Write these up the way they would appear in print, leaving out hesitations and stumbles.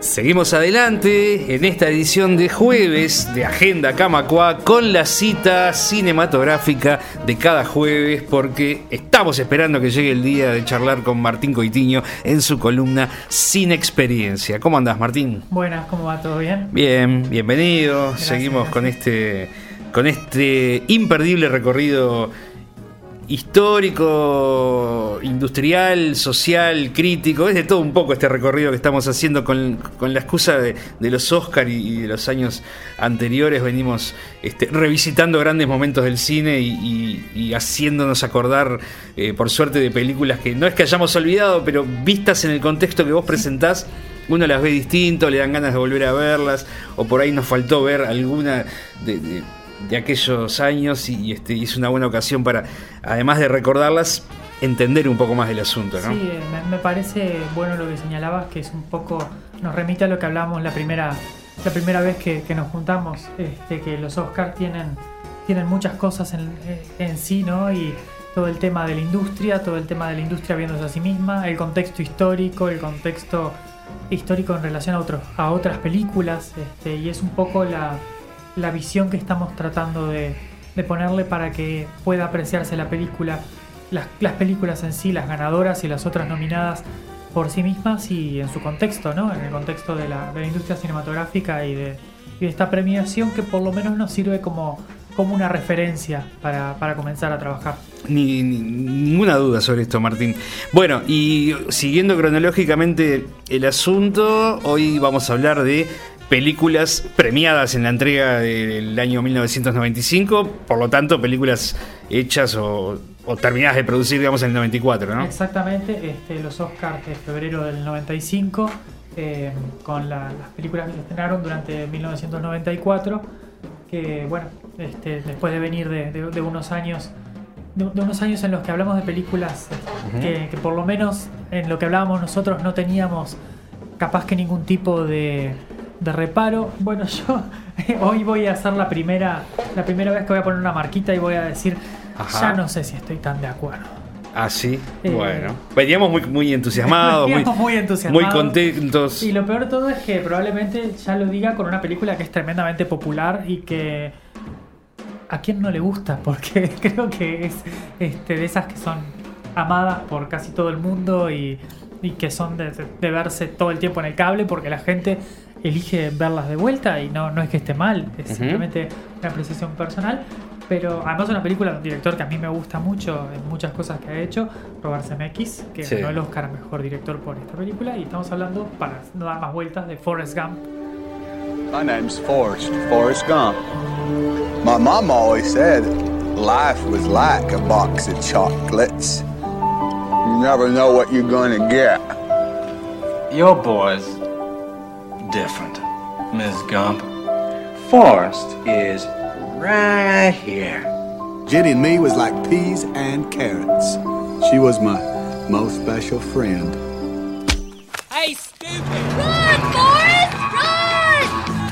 Seguimos adelante en esta edición de jueves de Agenda Camacuá con la cita cinematográfica de cada jueves, porque estamos esperando que llegue el día de charlar con Martín Coitiño en su columna Sin Experiencia. ¿Cómo andás, Martín? Buenas, ¿cómo va? ¿Todo bien? Bien, bienvenido. Gracias, Seguimos gracias. con este imperdible recorrido histórico, industrial, social, crítico. Es de todo un poco este recorrido que estamos haciendo con la excusa de los Oscar y de los años anteriores. Venimos revisitando grandes momentos del cine y haciéndonos acordar, por suerte, de películas que no es que hayamos olvidado, pero vistas en el contexto que vos presentás, uno las ve distinto, le dan ganas de volver a verlas, o por ahí nos faltó ver alguna de aquellos años y es una buena ocasión para, además de recordarlas, entender un poco más del asunto, ¿no? Sí, me parece bueno lo que señalabas, que es un poco, nos remite a lo que hablábamos la primera vez que nos juntamos, que los Oscars tienen muchas cosas en sí, ¿no? Y todo el tema de la industria viéndose a sí misma, el contexto histórico en relación a otras películas, y es un poco la visión que estamos tratando de ponerle para que pueda apreciarse la película, las películas en sí, las ganadoras y las otras nominadas por sí mismas y en su contexto, ¿no? En el contexto de la industria cinematográfica y de esta premiación, que por lo menos nos sirve como una referencia para comenzar a trabajar. Ninguna duda sobre esto, Martín. Bueno, y siguiendo cronológicamente el asunto, hoy vamos a hablar de películas premiadas en la entrega del año 1995, por lo tanto, películas hechas o terminadas de producir, digamos, en el 94, ¿no? Exactamente, los Oscars de febrero del 95, con las películas que se estrenaron durante 1994, que, bueno, después de venir de unos años en los que hablamos de películas que por lo menos en lo que hablábamos nosotros no teníamos capaz que ningún tipo de reparo. Bueno, yo hoy voy a hacer la primera vez que voy a poner una marquita y voy a decir, ya no sé si estoy tan de acuerdo. Ah, sí, bueno. Veníamos muy entusiasmados, muy entusiasmados, muy contentos. Y lo peor de todo es que probablemente ya lo diga con una película que es tremendamente popular y que a quién no le gusta, porque creo que es de esas que son amadas por casi todo el mundo y que son de verse todo el tiempo en el cable, porque la gente elige verlas de vuelta y no es que esté mal, es simplemente una apreciación personal. Pero además es una película de un director que a mí me gusta mucho en muchas cosas que ha hecho, Robert Zemeckis, que ganó el Oscar a Mejor Director por esta película, y estamos hablando, para no dar más vueltas, de Forrest Gump. My name's Forrest Gump. My mom always said life was like a box of chocolates. You never know what you're gonna get. Your boy's different, Ms. Gump. Forrest is right here. Jenny and me was like peas and carrots. She was my most special friend. Hey, stupid! Run, Forrest! Run!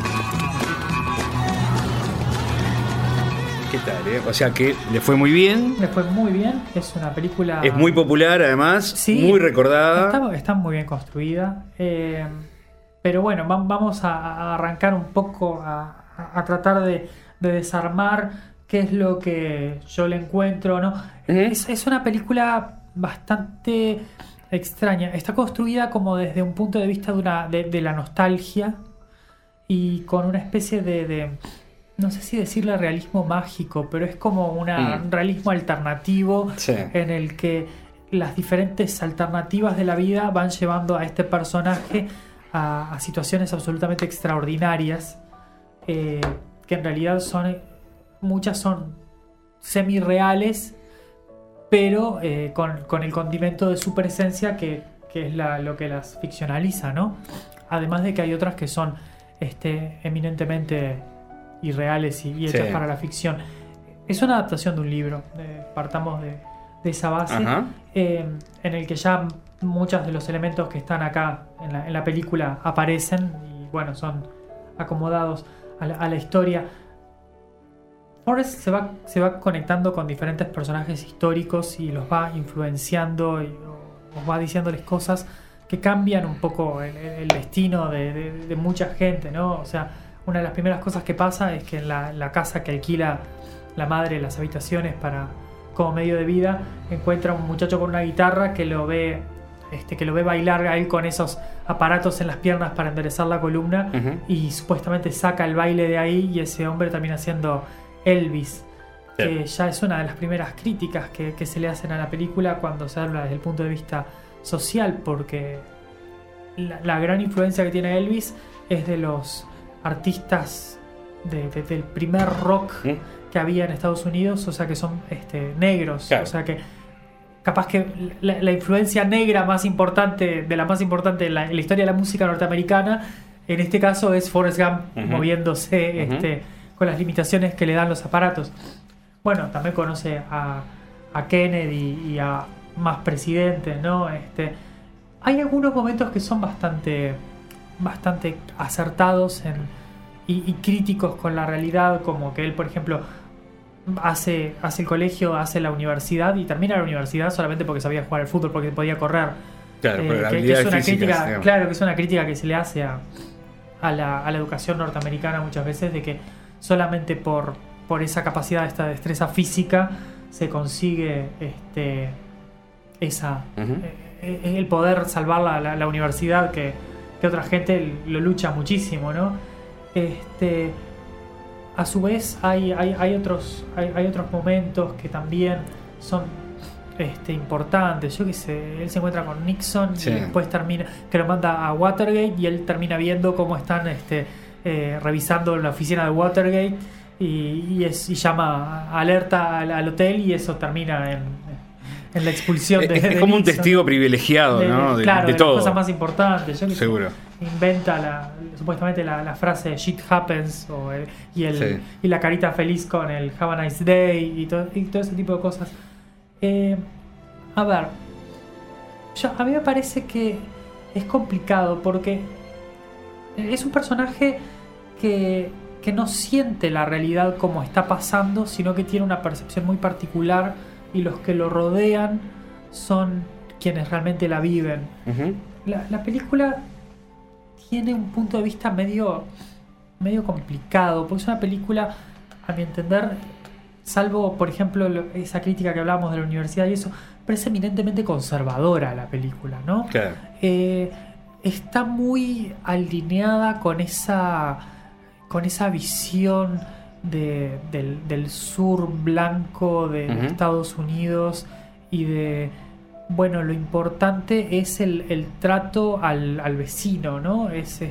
¿Qué tal, O sea que le fue muy bien. Le fue muy bien. Es una película... Es muy popular, además. Sí, muy recordada. Está muy bien construida. Pero bueno, vamos a arrancar un poco a tratar de desarmar qué es lo que yo le encuentro, ¿no? Es una película bastante extraña. Está construida como desde un punto de vista de la nostalgia y con una especie de no sé si decirle realismo mágico, pero es como un realismo alternativo, en el que las diferentes alternativas de la vida van llevando a este personaje a situaciones absolutamente extraordinarias, que en realidad muchas son semi-reales, pero con el condimento de su presencia que es lo que las ficcionaliza, ¿no? Además de que hay otras que son eminentemente irreales y hechas para la ficción. Es una adaptación de un libro, partamos de esa base, en el que ya muchos de los elementos que están acá en la película aparecen y bueno, son acomodados a la historia. Forrest se va conectando con diferentes personajes históricos y los va influenciando y os va diciéndoles cosas cambian un poco el destino de mucha gente, ¿no? O sea, una de las primeras cosas que pasa es que en la casa que alquila la madre, las habitaciones como medio de vida, encuentra un muchacho con una guitarra que lo ve bailar a él con esos aparatos en las piernas para enderezar la columna, y supuestamente saca el baile de ahí, y ese hombre termina siendo Elvis, que ya es una de las primeras críticas que se le hacen a la película cuando se habla desde el punto de vista social, porque la gran influencia que tiene Elvis es de los artistas del primer rock que había en Estados Unidos, o sea, que son negros, claro. O sea que capaz que la influencia negra más importante en la historia de la música norteamericana, en este caso es Forrest Gump, moviéndose con las limitaciones que le dan los aparatos. Bueno, también conoce a Kennedy y a más presidentes, ¿no? Hay algunos momentos que son bastante acertados y críticos con la realidad, como que él, por ejemplo, hace el colegio, hace la universidad y termina la universidad solamente porque sabía jugar al fútbol, porque podía correr. Claro, que es una crítica, claro, que es una crítica que se le hace a la educación norteamericana muchas veces, de que solamente por esa capacidad, esta destreza física, se consigue el poder salvar la universidad, que otra gente lo lucha muchísimo, ¿no? A su vez hay otros momentos que también son importantes. Yo qué sé, él se encuentra con Nixon, y después termina, que lo manda a Watergate, y él termina viendo cómo están revisando la oficina de Watergate, y llama alerta al hotel, y eso termina en la expulsión de es como Nixon, un testigo privilegiado, ¿no? De todo. las cosas más importantes. Seguro. Inventa supuestamente la frase shit happens, y la carita feliz con el have a nice day, y todo ese tipo de cosas. A ver, a mí me parece que es complicado, porque es un personaje que no siente la realidad como está pasando, sino que tiene una percepción muy particular, y los que lo rodean son quienes realmente la viven. La película tiene un punto de vista medio complicado, porque es una película, a mi entender, salvo por ejemplo esa crítica que hablábamos de la universidad y eso, pero es eminentemente conservadora la película, ¿no? Claro. Está muy alineada con esa visión del sur blanco de Estados Unidos, y de, bueno, lo importante es el trato al vecino, ¿no? Es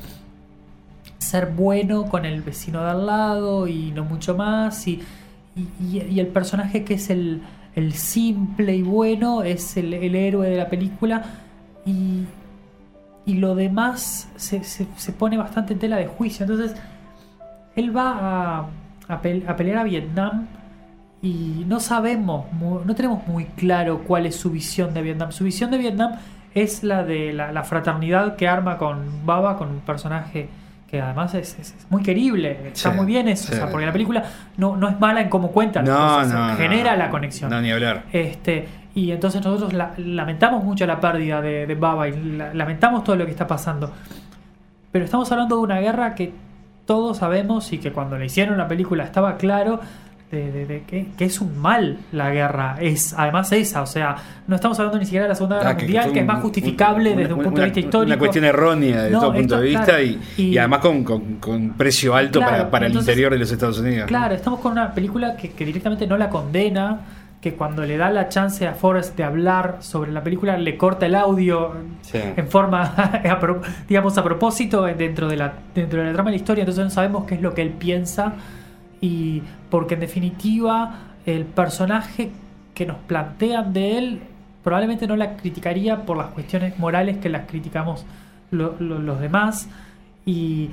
ser bueno con el vecino de al lado y no mucho más, y el personaje que es el simple y bueno es el héroe de la película, y lo demás se pone bastante en tela de juicio. Entonces él va a pelear a Vietnam, y no tenemos muy claro cuál es su visión de Vietnam. Su visión de Vietnam es la de la fraternidad que arma con Baba, con un personaje que además es muy querible. Está muy bien eso, o sea, porque la película no es mala en cómo cuenta las cosas, genera la conexión. No, ni hablar. Y entonces nosotros lamentamos mucho la pérdida de Baba, y lamentamos todo lo que está pasando. Pero estamos hablando de una guerra que todos sabemos, y que cuando le hicieron la película estaba claro de que es un mal la guerra. Es además esa, o sea, no estamos hablando ni siquiera de la Segunda Guerra Mundial, que es más justificable desde un punto de vista histórico. Una cuestión errónea desde todo punto de vista, claro, y además con precio alto, claro, para el interior de los Estados Unidos. Claro, estamos con una película que directamente no la condena, que cuando le da la chance a Forrest de hablar sobre la película, le corta el audio en forma, digamos, a propósito, dentro de la trama de la historia. Entonces no sabemos qué es lo que él piensa, y porque en definitiva el personaje que nos plantean de él probablemente no la criticaría por las cuestiones morales que las criticamos los demás, y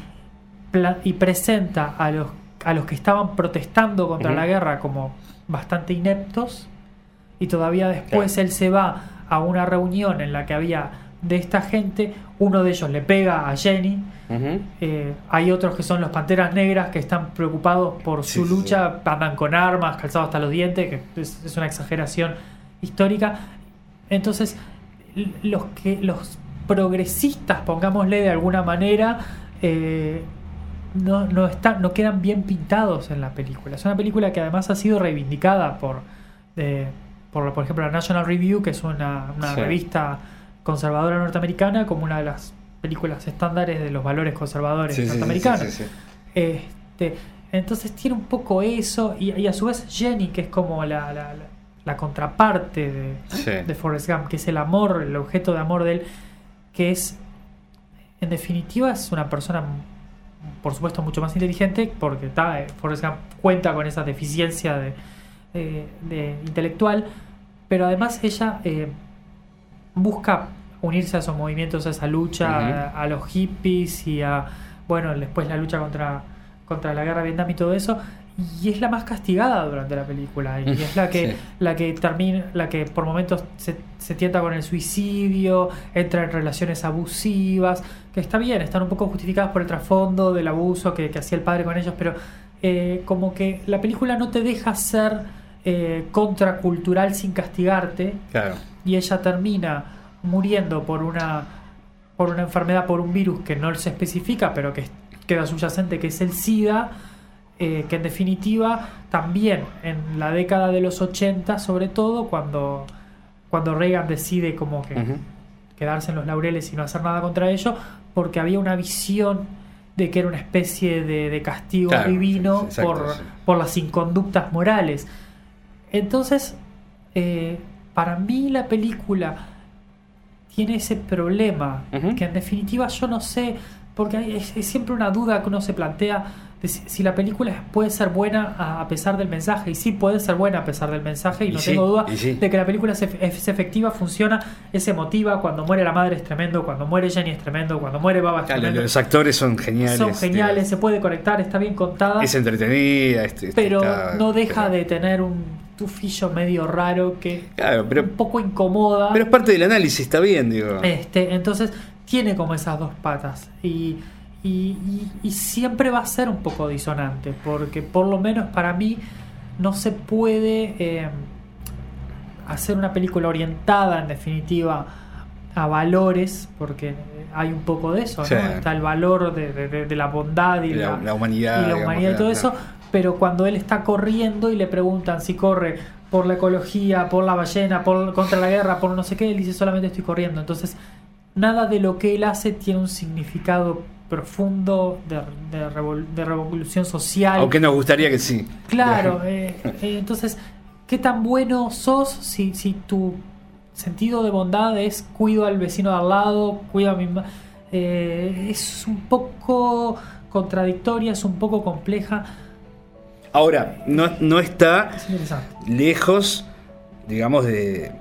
presenta a los que estaban protestando contra la guerra como bastante ineptos, y todavía después él se va a una reunión en la que había de esta gente, uno de ellos le pega a Jenny, hay otros que son los Panteras Negras, que están preocupados por su lucha, andan con armas, calzados hasta los dientes, que es una exageración histórica. Entonces los progresistas, pongámosle de alguna manera, no quedan bien pintados en la película. Es una película que además ha sido reivindicada por ejemplo, la National Review, que es una revista conservadora norteamericana, como una de las películas estándares de los valores conservadores norteamericanos. Entonces tiene un poco eso, y a su vez Jenny, que es como la contraparte de Forrest Gump, que es el amor, el objeto de amor de él, que es, en definitiva, es una persona, por supuesto, mucho más inteligente, porque Forrest Gump cuenta con esa deficiencia de intelectual, pero además ella busca unirse a esos movimientos, a esa lucha, a los hippies y después la lucha contra la guerra de Vietnam y todo eso, y es la más castigada durante la película, y es la que por momentos se tienta con el suicidio, entra en relaciones abusivas, que está bien, están un poco justificadas por el trasfondo del abuso que hacía el padre con ellos, pero como que la película no te deja ser contracultural sin castigarte. Claro. Y ella termina muriendo por una enfermedad, por un virus que no se especifica, pero que queda subyacente, que es el SIDA, que en definitiva también en la década de los 80, sobre todo cuando Reagan decide como que quedarse en los laureles y no hacer nada contra ello, porque había una visión de que era una especie de castigo divino por las inconductas morales. Entonces, para mí la película tiene ese problema, que en definitiva yo no sé, porque es siempre una duda que uno se plantea de si la película puede ser buena a pesar del mensaje, y sí puede ser buena a pesar del mensaje, y no tengo duda de que la película es efectiva, funciona, es emotiva. Cuando muere la madre es tremendo, cuando muere Jenny es tremendo, cuando muere Baba es tremendo. Los actores son geniales. Se puede conectar, está bien contada, es entretenida, pero no deja de tener un tufillo medio raro que un poco incomoda. Pero es parte del análisis, está bien, digo. Entonces tiene como esas dos patas, y siempre va a ser un poco disonante, porque por lo menos para mí no se puede hacer una película orientada en definitiva a valores, porque hay un poco de eso, ¿no? Está el valor de la bondad y la humanidad, y todo eso, pero cuando él está corriendo y le preguntan si corre por la ecología, por la ballena, contra la guerra, por no sé qué, él dice solamente estoy corriendo. Entonces nada de lo que él hace tiene un significado profundo de revolución social, aunque nos gustaría que sí. Claro. Entonces, ¿qué tan bueno sos si tu sentido de bondad es cuido al vecino de al lado, cuido a mi es un poco contradictoria, es un poco compleja. Ahora, no está lejos, digamos, de...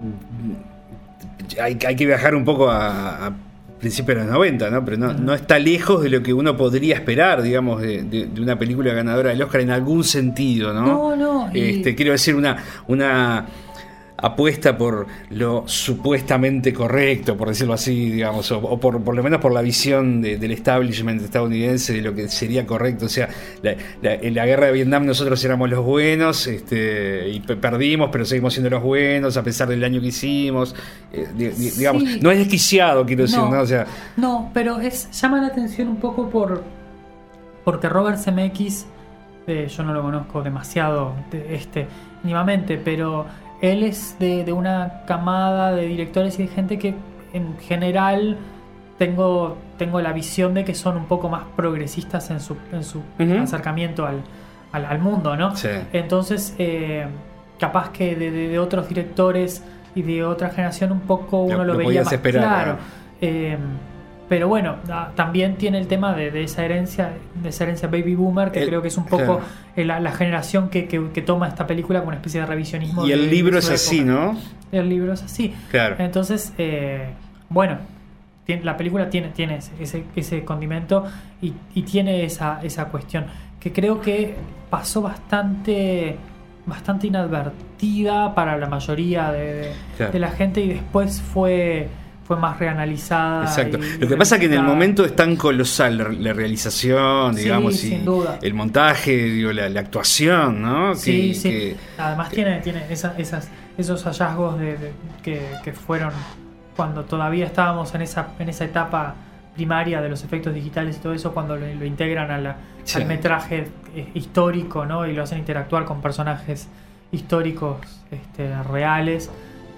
Hay que viajar un poco a principios de los 90, ¿no? Pero no está lejos de lo que uno podría esperar, digamos, de una película ganadora del Oscar en algún sentido, ¿no? No. Quiero decir, una apuesta por lo supuestamente correcto, por decirlo así, digamos, o por lo menos por la visión del establishment estadounidense de lo que sería correcto. O sea, en la guerra de Vietnam nosotros éramos los buenos, y perdimos, pero seguimos siendo los buenos a pesar del daño que hicimos. Digamos, no es desquiciado, quiero decir, ¿no? O sea, no, pero llama la atención un poco porque Robert Zemeckis, yo no lo conozco demasiado mínimamente, pero él es de una camada de directores y de gente que en general tengo la visión de que son un poco más progresistas en su acercamiento al mundo, ¿no? Sí. Entonces, capaz que de otros directores y de otra generación un poco uno lo veía más esperar, claro. Pero bueno, también tiene el tema de esa herencia baby boomer, que creo que es un poco la generación que toma esta película como una especie de revisionismo. Y el libro es así, ¿no? El libro es así. Claro. Entonces, bueno, la película tiene ese condimento y tiene esa cuestión que creo que pasó bastante inadvertida para la mayoría de la gente, y después fue más reanalizada. Exacto. Lo que pasa es que en el momento es tan colosal la realización, digamos, y sin duda. El montaje, digo, la actuación, ¿no? Sí. Además tiene esos hallazgos que fueron cuando todavía estábamos en esa etapa primaria de los efectos digitales y todo eso, cuando lo integran Sí. al metraje histórico, ¿no? Y lo hacen interactuar con personajes históricos reales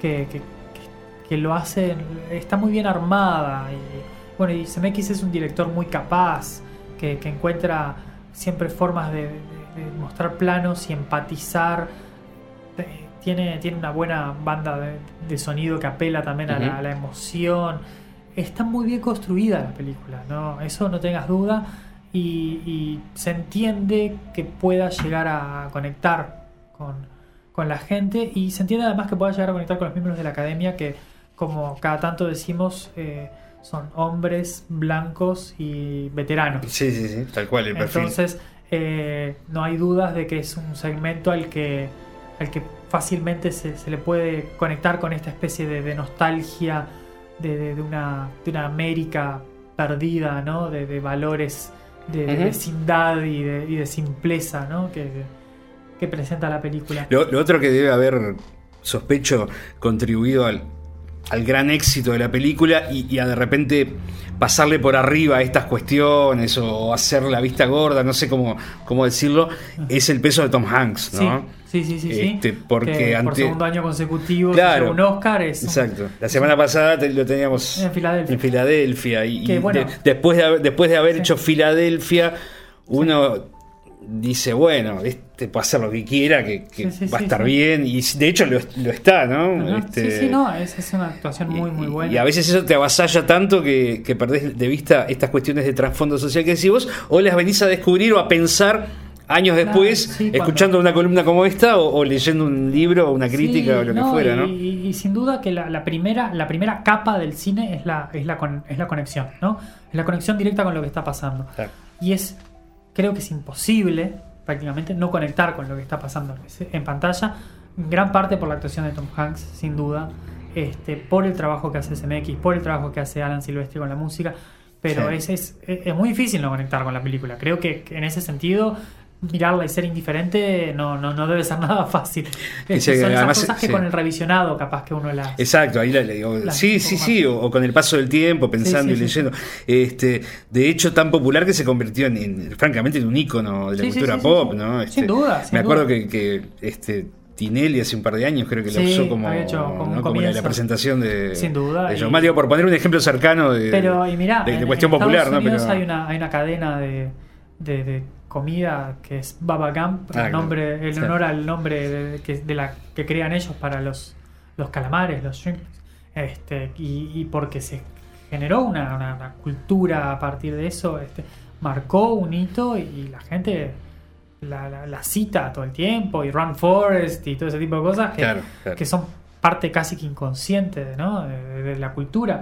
que lo hacen, está muy bien armada. Y bueno, y Zemeckis es un director muy capaz que encuentra siempre formas de mostrar planos y empatizar. Tiene una buena banda de sonido que apela también a la emoción. Está muy bien construida la película, ¿no? Eso no tengas duda. Y se entiende que pueda llegar a conectar con la gente, y se entiende además que pueda llegar a conectar con los miembros de la academia, que, como cada tanto decimos, son hombres blancos y veteranos. Sí, tal cual el perfil. Entonces no hay dudas de que es un segmento al que fácilmente se le puede conectar con esta especie de nostalgia de una América perdida, ¿no? De valores de vecindad y de simpleza, ¿no? que presenta la película. Lo otro que debe haber, sospecho, contribuido al gran éxito de la película y a de repente pasarle por arriba a estas cuestiones o hacer la vista gorda, no sé cómo decirlo, es el peso de Tom Hanks, ¿no? Sí. Porque que por segundo año consecutivo se llevó un Oscar. Exacto. La semana pasada lo teníamos en Filadelfia. Y bueno, después de haber hecho Filadelfia, uno dice, bueno, puede hacer lo que quiera, que va a estar bien, y de hecho lo está, ¿no? Es una actuación muy buena. Y a veces eso te avasalla tanto que perdés de vista estas cuestiones de trasfondo social que decís vos, o las venís a descubrir o a pensar años después, escuchando una columna como esta o leyendo un libro o una crítica o lo que fuera, ¿no? Y sin duda que la primera capa del cine es la conexión, ¿no? Es la conexión directa con lo que está pasando. Claro. Y creo que es imposible prácticamente no conectar con lo que está pasando en pantalla, en gran parte por la actuación de Tom Hanks, sin duda, por el trabajo que hace Zemeckis, por el trabajo que hace Alan Silvestri con la música, pero es muy difícil no conectar con la película. Creo que en ese sentido mirarla y ser indiferente no debe ser nada fácil. Son esas cosas que con el revisionado capaz que uno las... Exacto, ahí le digo, o con el paso del tiempo, pensando y leyendo. De hecho, tan popular que se convirtió francamente en un ícono de la cultura pop, ¿no? Sin duda. Me acuerdo que Tinelli hace un par de años creo que lo usó como la presentación de... Sin duda. Yo más digo, por poner un ejemplo cercano de cuestión popular, ¿no? Pero hay una cadena de comida que es Baba Gump, honor al nombre de la que crean ellos para los calamares, los shrimp, y porque se generó una cultura a partir de eso, marcó un hito y la gente la cita todo el tiempo, y Run Forest y todo ese tipo de cosas que son parte casi que inconsciente, ¿no? de la cultura.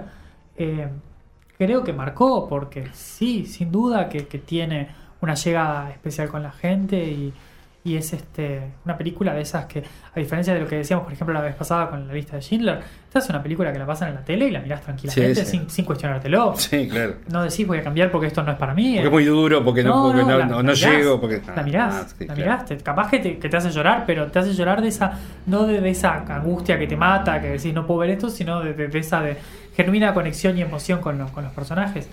Creo que marcó, porque sí, sin duda que tiene una llegada especial con la gente, y es una película de esas que, a diferencia de lo que decíamos por ejemplo la vez pasada con La lista de Schindler, esta es una película que la pasan en la tele y la mirás tranquilamente sin cuestionártelo. Sí, claro. No decís voy a cambiar porque esto no es para mí, porque es muy duro, porque no llego, porque la mirás, capaz que te hace llorar, pero te hace llorar de esa, no de esa angustia que te mata, que decís no puedo ver esto, sino de esa genuina conexión y emoción con los personajes.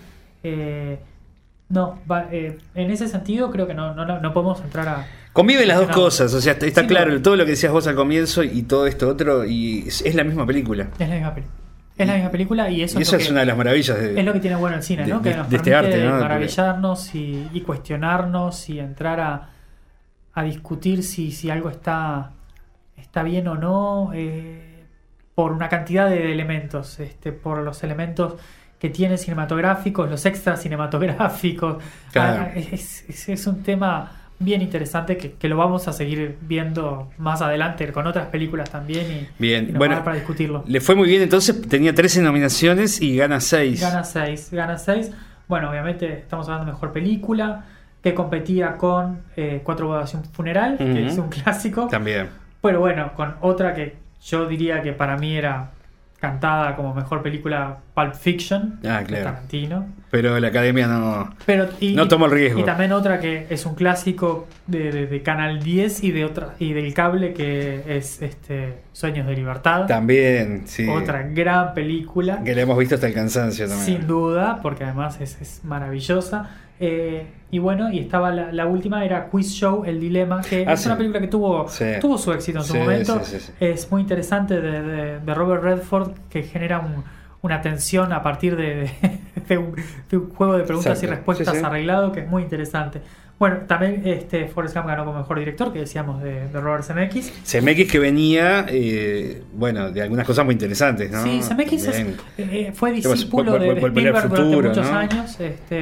En ese sentido creo que no podemos entrar a... Conviven las dos cosas, o sea, está claro todo lo que decías vos al comienzo y todo esto otro, y es la misma película. Es la misma película, y eso es una de las maravillas es lo que tiene bueno el cine, ¿no? Que nos permite este arte, ¿no? maravillarnos y cuestionarnos y entrar a discutir si algo está bien o no, por una cantidad de elementos, por los elementos que tiene cinematográficos, los extras cinematográficos. Claro. Es un tema bien interesante que lo vamos a seguir viendo más adelante con otras películas también, y nos va a dar para discutirlo. Le fue muy bien, entonces tenía 13 nominaciones y gana 6. Gana 6. Bueno, obviamente estamos hablando de mejor película, que competía con Cuatro bodas y un funeral, que es un clásico. También. Pero bueno, con otra que yo diría que para mí era cantada como mejor película Pulp Fiction Ah, de claro. Tarantino. Pero la academia no No tomó el riesgo. Y también otra que es un clásico de Canal 10 y del cable, que es Sueños de Libertad. También, sí. Otra gran película. Que la hemos visto hasta el cansancio también. Sin duda, porque además es maravillosa. Y bueno, y estaba la última, era Quiz Show, El Dilema, que es sí. una película que tuvo su éxito en su momento. Sí. Es muy interesante, de Robert Redford, que genera una tensión a partir de un juego de preguntas y respuestas arreglado, que es muy interesante. Bueno, también Forrest Gump ganó como mejor director, que decíamos de Robert Zemeckis. Zemeckis, que venía, de algunas cosas muy interesantes, ¿no? Sí, Zemeckis fue discípulo de Volver al Spielberg Futuro, durante muchos ¿no? años.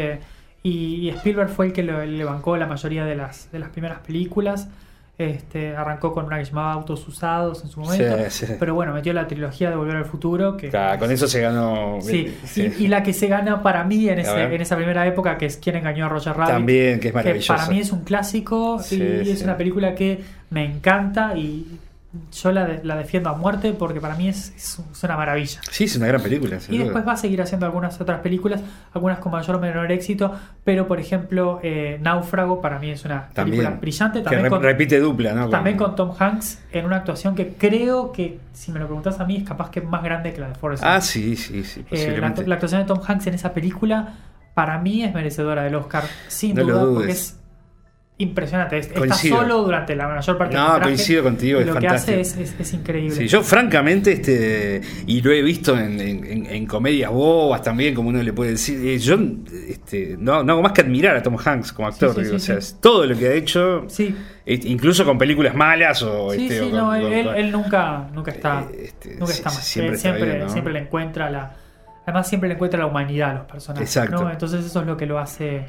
Y Spielberg fue el que le bancó la mayoría de las primeras películas. Arrancó con una que llamaba Autos Usados en su momento, Sí. pero bueno, metió la trilogía de Volver al Futuro, que Claro, con eso se ganó. sí. Y la que se gana para mí en esa primera época, que es Quién engañó a Roger Rabbit, También, que es maravilloso. para mí es un clásico, y es una película que me encanta, y yo la defiendo a muerte, porque para mí es una maravilla. Sí, es una gran película. Y después va a seguir haciendo algunas otras películas, algunas con mayor o menor éxito, pero por ejemplo Náufrago para mí es una película brillante, también que repite dupla, ¿no? También con Tom Hanks en una actuación que creo que, si me lo preguntas a mí, es capaz que más grande que la de Forrest Gump. Sí, posiblemente. La actuación de Tom Hanks en esa película para mí es merecedora del Oscar, sin No lo duda, dudes. porque es impresionante. Está Coincido. solo durante la mayor parte del metraje. Coincido contigo, y es lo fantástico. que hace es increíble. Sí, yo francamente, y lo he visto en comedias bobas también, como uno le puede decir, yo no hago más que admirar a Tom Hanks como actor. Sí, o sea, es todo lo que ha hecho, incluso con películas malas él nunca está nunca está mal. Siempre está bien, ¿no? Siempre le encuentra además siempre le encuentra la humanidad a los personajes. Exacto. ¿no? Entonces eso es lo que lo hace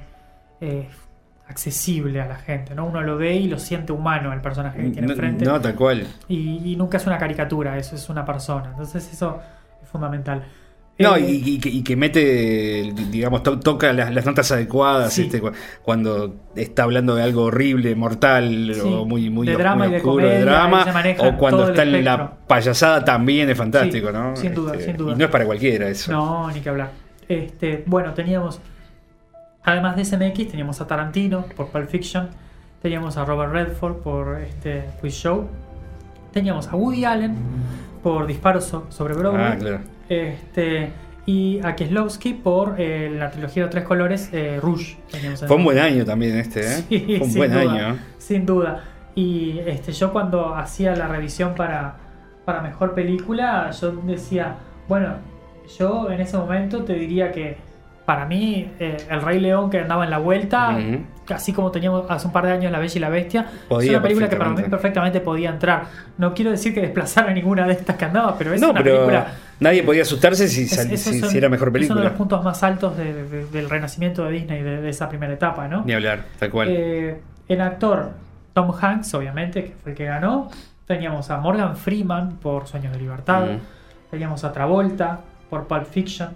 accesible a la gente, ¿no? Uno lo ve y lo siente humano al personaje que tiene enfrente. No, tal cual. Y nunca es una caricatura, eso es una persona. Entonces eso es fundamental. No, y que mete, digamos, toca las notas adecuadas, Sí. Cuando está hablando de algo horrible, mortal, Sí. o muy De drama muy y de oscuro, comedia, de drama, ahí se maneja o cuando todo el está en espectro. la payasada también es fantástico, Sí, ¿no? sin duda, sin duda. Y no es para cualquiera eso. No, ni que hablar. Bueno, teníamos, además de SMX, teníamos a Tarantino por Pulp Fiction, teníamos a Robert Redford por Quiz Show, teníamos a Woody Allen por Disparos sobre Broadway, Claro. y a Kieslowski por la trilogía de 3 colores, Rouge. Fue un buen año también ¿eh? Sí, Fue un buen año. Sin duda. Y yo cuando hacía la revisión para mejor película, yo decía, bueno, yo en ese momento te diría que para mí El Rey León, que andaba en la vuelta, así como teníamos hace un par de años La Bella y la Bestia, es una película que para mí perfectamente podía entrar. No quiero decir que desplazara ninguna de estas que andaba, pero es una película. Nadie podía asustarse si era mejor película. Es uno de los puntos más altos del renacimiento de Disney, de esa primera etapa, ¿no? Ni hablar, tal cual. En actor, Tom Hanks, obviamente, que fue el que ganó. Teníamos a Morgan Freeman por Sueños de Libertad. Teníamos a Travolta por Pulp Fiction.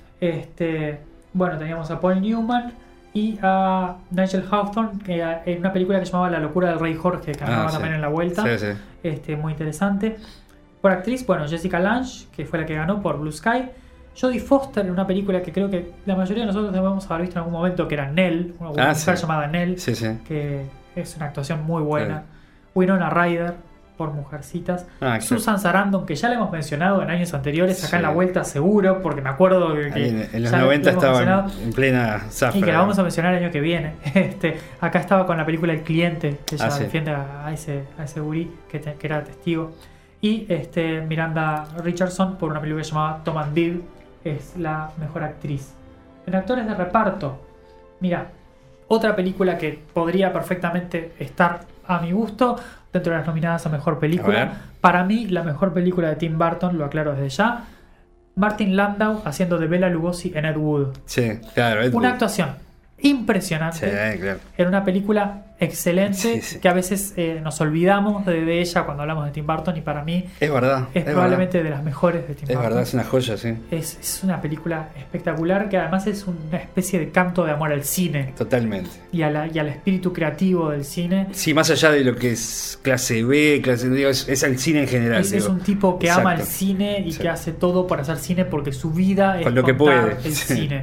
Bueno, teníamos a Paul Newman y a Nigel Hawthorne, que en una película que se llamaba La locura del rey Jorge, que andaba también en la vuelta. Sí. Muy interesante. Por actriz, bueno, Jessica Lange, que fue la que ganó por Blue Sky. Jodie Foster en una película que creo que la mayoría de nosotros debemos haber visto en algún momento, que era Nell, una mujer llamada Nell, que es una actuación muy buena. Winona Ryder por Mujercitas. Susan Sarandon, que ya la hemos mencionado en años anteriores, acá en la vuelta seguro, porque me acuerdo que en los 90 estaba en plena zafra. Y que la vamos a mencionar el año que viene. Acá estaba con la película El Cliente, que ella defiende a ese gurí que era testigo. Y Miranda Richardson por una película llamada Tom and Dave, es la mejor actriz. En actores de reparto, mira, otra película que podría perfectamente estar a mi gusto dentro de las nominadas a mejor película. Para mí, la mejor película de Tim Burton, lo aclaro desde ya, Martin Landau haciendo de Bela Lugosi en Ed Wood. Sí, claro. Una actuación impresionante. Sí, claro. Era una película excelente, Sí. que a veces nos olvidamos de ella cuando hablamos de Tim Burton, y para mí Es verdad. es probablemente de las mejores de Tim Es Burton. verdad, es una joya, sí. Es una película espectacular, que además es una especie de canto de amor al cine Totalmente. y al espíritu creativo del cine. Sí, más allá de lo que es clase B, digo, es al cine en general. Es digo. un tipo que Exacto. ama el cine y Sí. que hace todo para hacer cine porque su vida es Con lo que contar puede. el Sí. cine.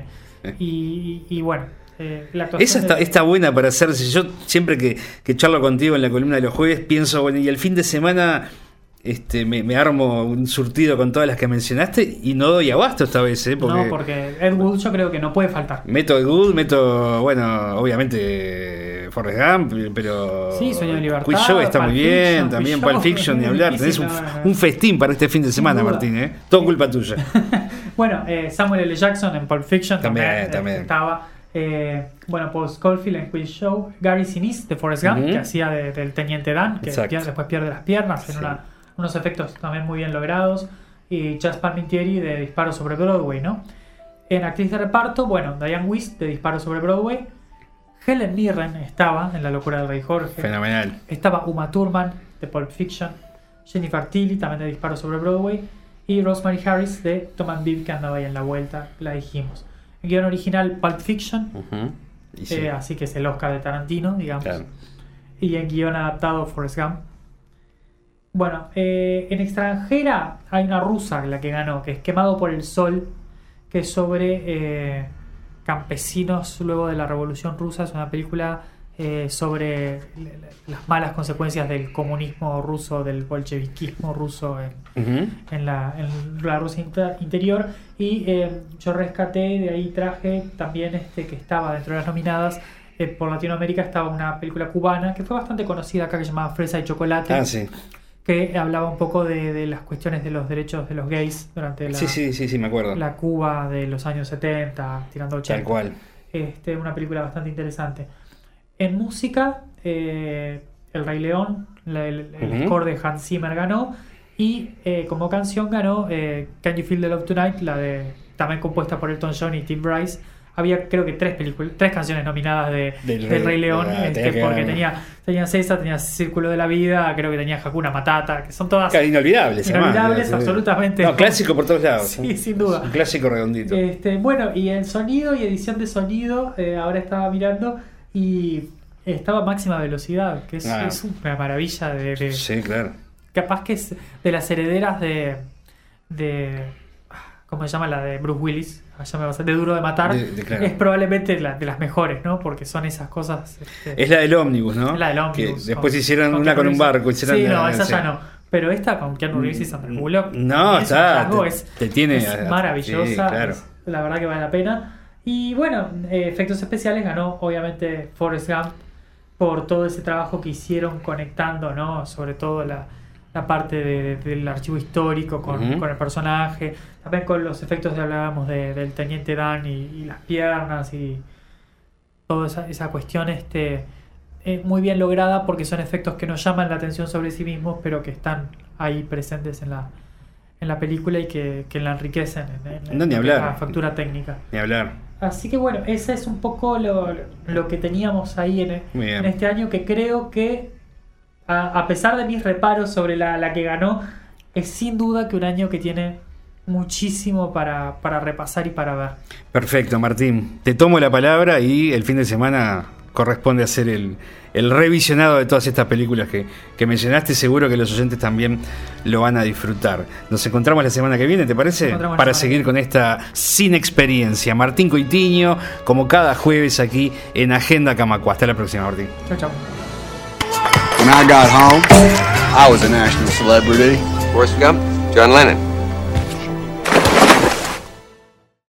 Y bueno, la actuación Esa de- está buena para hacerse. Yo siempre que charlo contigo en la columna de los jueves pienso, bueno, y el fin de semana me armo un surtido con todas las que mencionaste y no doy abasto esta vez, porque Ed Wood yo creo que no puede faltar. meto Ed Wood, bueno, obviamente Forrest Gump, pero Sí, Sueño de Libertad, Quiz Show está Pulp muy bien, Fiction, también Quiz Pulp Show, Fiction, ni es hablar. Tenés difícil, un festín para este fin de semana, duda. Martín, todo culpa tuya. Bueno, Samuel L. Jackson en Pulp Fiction También. estaba. Bueno, Paul Scofield en Quiz Show, Gary Sinise de Forrest Gump, Ujú. que hacía del Teniente Dan, que Exacto. después pierde las piernas, en Sí. unos efectos también muy bien logrados, y Chas Palminteri de Disparo sobre Broadway, ¿no? En actriz de reparto, bueno, Diane Wiest de Disparo sobre Broadway, Helen Mirren estaba en La locura del rey Jorge, Fenomenal. estaba Uma Thurman de Pulp Fiction, Jennifer Tilly también de Disparo sobre Broadway, y Rosemary Harris de Tom and Viv, que andaba ahí en la vuelta, la dijimos. El guión original Pulp Fiction, Ujú. Y sí, así que es el Oscar de Tarantino, digamos. claro. Y en guión adaptado Forrest Gump. Bueno, en extranjera hay una rusa, la que ganó, que es Quemado por el Sol, que es sobre campesinos luego de la Revolución Rusa. Es una película sobre las malas consecuencias del comunismo ruso, del bolcheviquismo ruso Ujú. en la Rusia interior. Y yo rescaté, de ahí traje también que estaba dentro de las nominadas. Por Latinoamérica estaba una película cubana que fue bastante conocida acá, que se llamaba Fresa y Chocolate, Ah, sí. que hablaba un poco de las cuestiones de los derechos de los gays durante Sí, me acuerdo. la Cuba de los años 70, tirando 80. Tal cual. Una película bastante interesante. En música, El Rey León, el Ujú. score de Hans Zimmer ganó, y como canción ganó Can You Feel the Love Tonight, también compuesta por Elton John y Tim Rice. Había creo que tres canciones nominadas del Rey León, porque tenía César, tenía Círculo de la Vida, creo que tenía Hakuna Matata, que son todas Claro, inolvidables, inolvidables, además. absolutamente. No, clásico por todos lados. Sí, sin duda. Un clásico redondito. Bueno, y el sonido y edición de sonido, ahora estaba mirando y estaba a máxima velocidad, que es una maravilla Sí, claro. capaz que es de las herederas de ¿cómo se llama? La de Bruce Willis, allá me va a de Duro de Matar. Claro. Es probablemente de las mejores, ¿no? Porque son esas cosas. Es la del ómnibus, ¿no? Es la del ómnibus. Que después hicieron una con un barco. Sí, no, esa ya no. Pero esta con Keanu Reeves y Sandra Bullock. No, es un está. hallazgo, Te tiene. es maravillosa. Sí, claro. La verdad que vale la pena. Y bueno, efectos especiales ganó obviamente Forrest Gump por todo ese trabajo que hicieron conectando, ¿no? Sobre todo la parte del archivo histórico con el personaje, también con los efectos que hablábamos del Teniente Dan y las piernas y toda esa cuestión muy bien lograda, porque son efectos que nos llaman la atención sobre sí mismos, pero que están ahí presentes en la película y que la enriquecen No, ni hablar. la factura técnica. Ni hablar. Así que bueno, ese es un poco lo que teníamos ahí en este año, que creo que a pesar de mis reparos sobre la que ganó, es sin duda que un año que tiene muchísimo para repasar y para ver. Perfecto, Martín. Te tomo la palabra y el fin de semana corresponde hacer el revisionado de todas estas películas que mencionaste. Seguro que los oyentes también lo van a disfrutar. Nos encontramos la semana que viene, ¿te parece? Para seguir con esta Cine Experiencia. Martín Coitiño, como cada jueves aquí en Agenda Camacua. Hasta la próxima, Martín. Chao, chao. When I got home, I was a national celebrity. Forrest Gump, John Lennon.